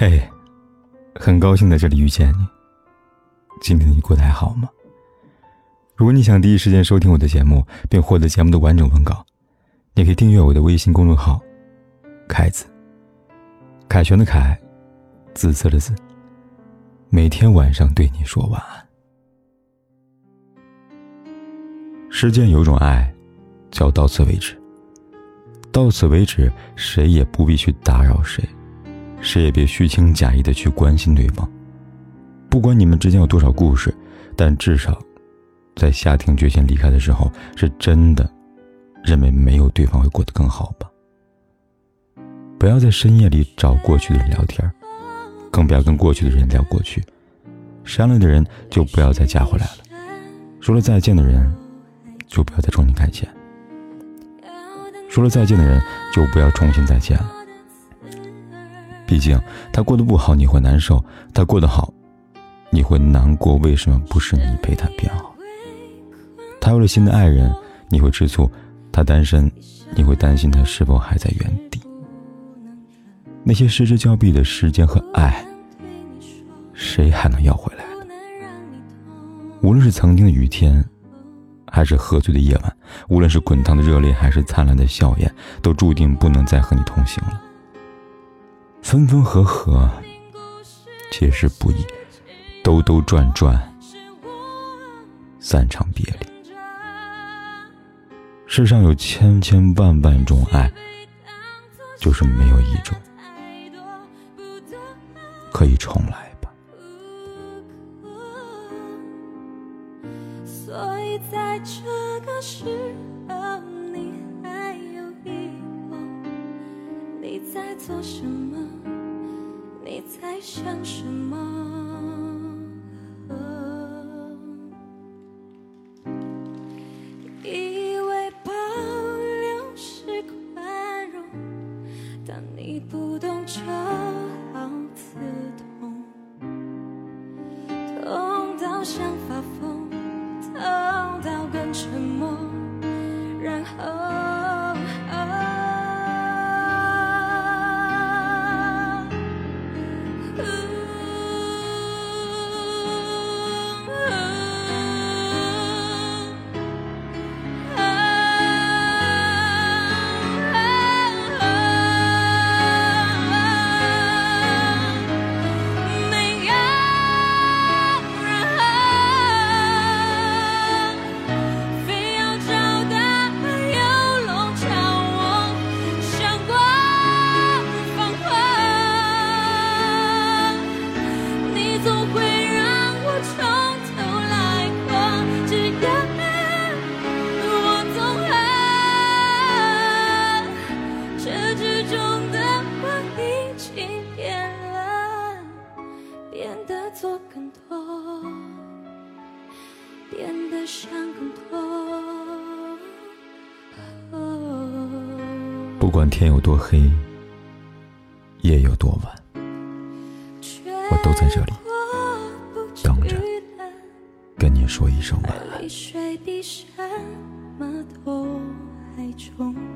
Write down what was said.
嘿，很高兴在这里遇见你。今天你过得还好吗？如果你想第一时间收听我的节目，并获得节目的完整文稿，你可以订阅我的微信公众号凯子，凯旋的凯，紫色的紫，每天晚上对你说晚安。世间有种爱叫到此为止，到此为止，谁也不必去打扰谁，谁也别虚情假意地去关心对方。不管你们之间有多少故事，但至少在下定决心离开的时候，是真的认为没有对方会过得更好吧。不要在深夜里找过去的人聊天，更不要跟过去的人聊过去。删了的人就不要再加回来了，说了再见的人就不要再重新开启，说了再见的人就不要重新再见了。毕竟他过得不好你会难受，他过得好你会难过，为什么不是你陪他变好？他有了新的爱人你会吃醋，他单身你会担心他是否还在原地。那些失之交臂的时间和爱，谁还能要回来呢？无论是曾经的雨天还是喝醉的夜晚，无论是滚烫的热烈还是灿烂的笑颜，都注定不能再和你同行了。分分合合，皆是不易，兜兜转转，散场别离。世上有千千万万种爱，就是没有一种可以重来吧。 所以在这个时候，你还有疑惑，你在做什么？你在想什么？以为保留是宽容，当你不懂就好刺痛，痛到想发疯，痛到更沉默，然后做更多，变得想更多。 不管天有多黑，夜有多晚，我都在这里等着跟你说一声晚安。 水比什么都还重。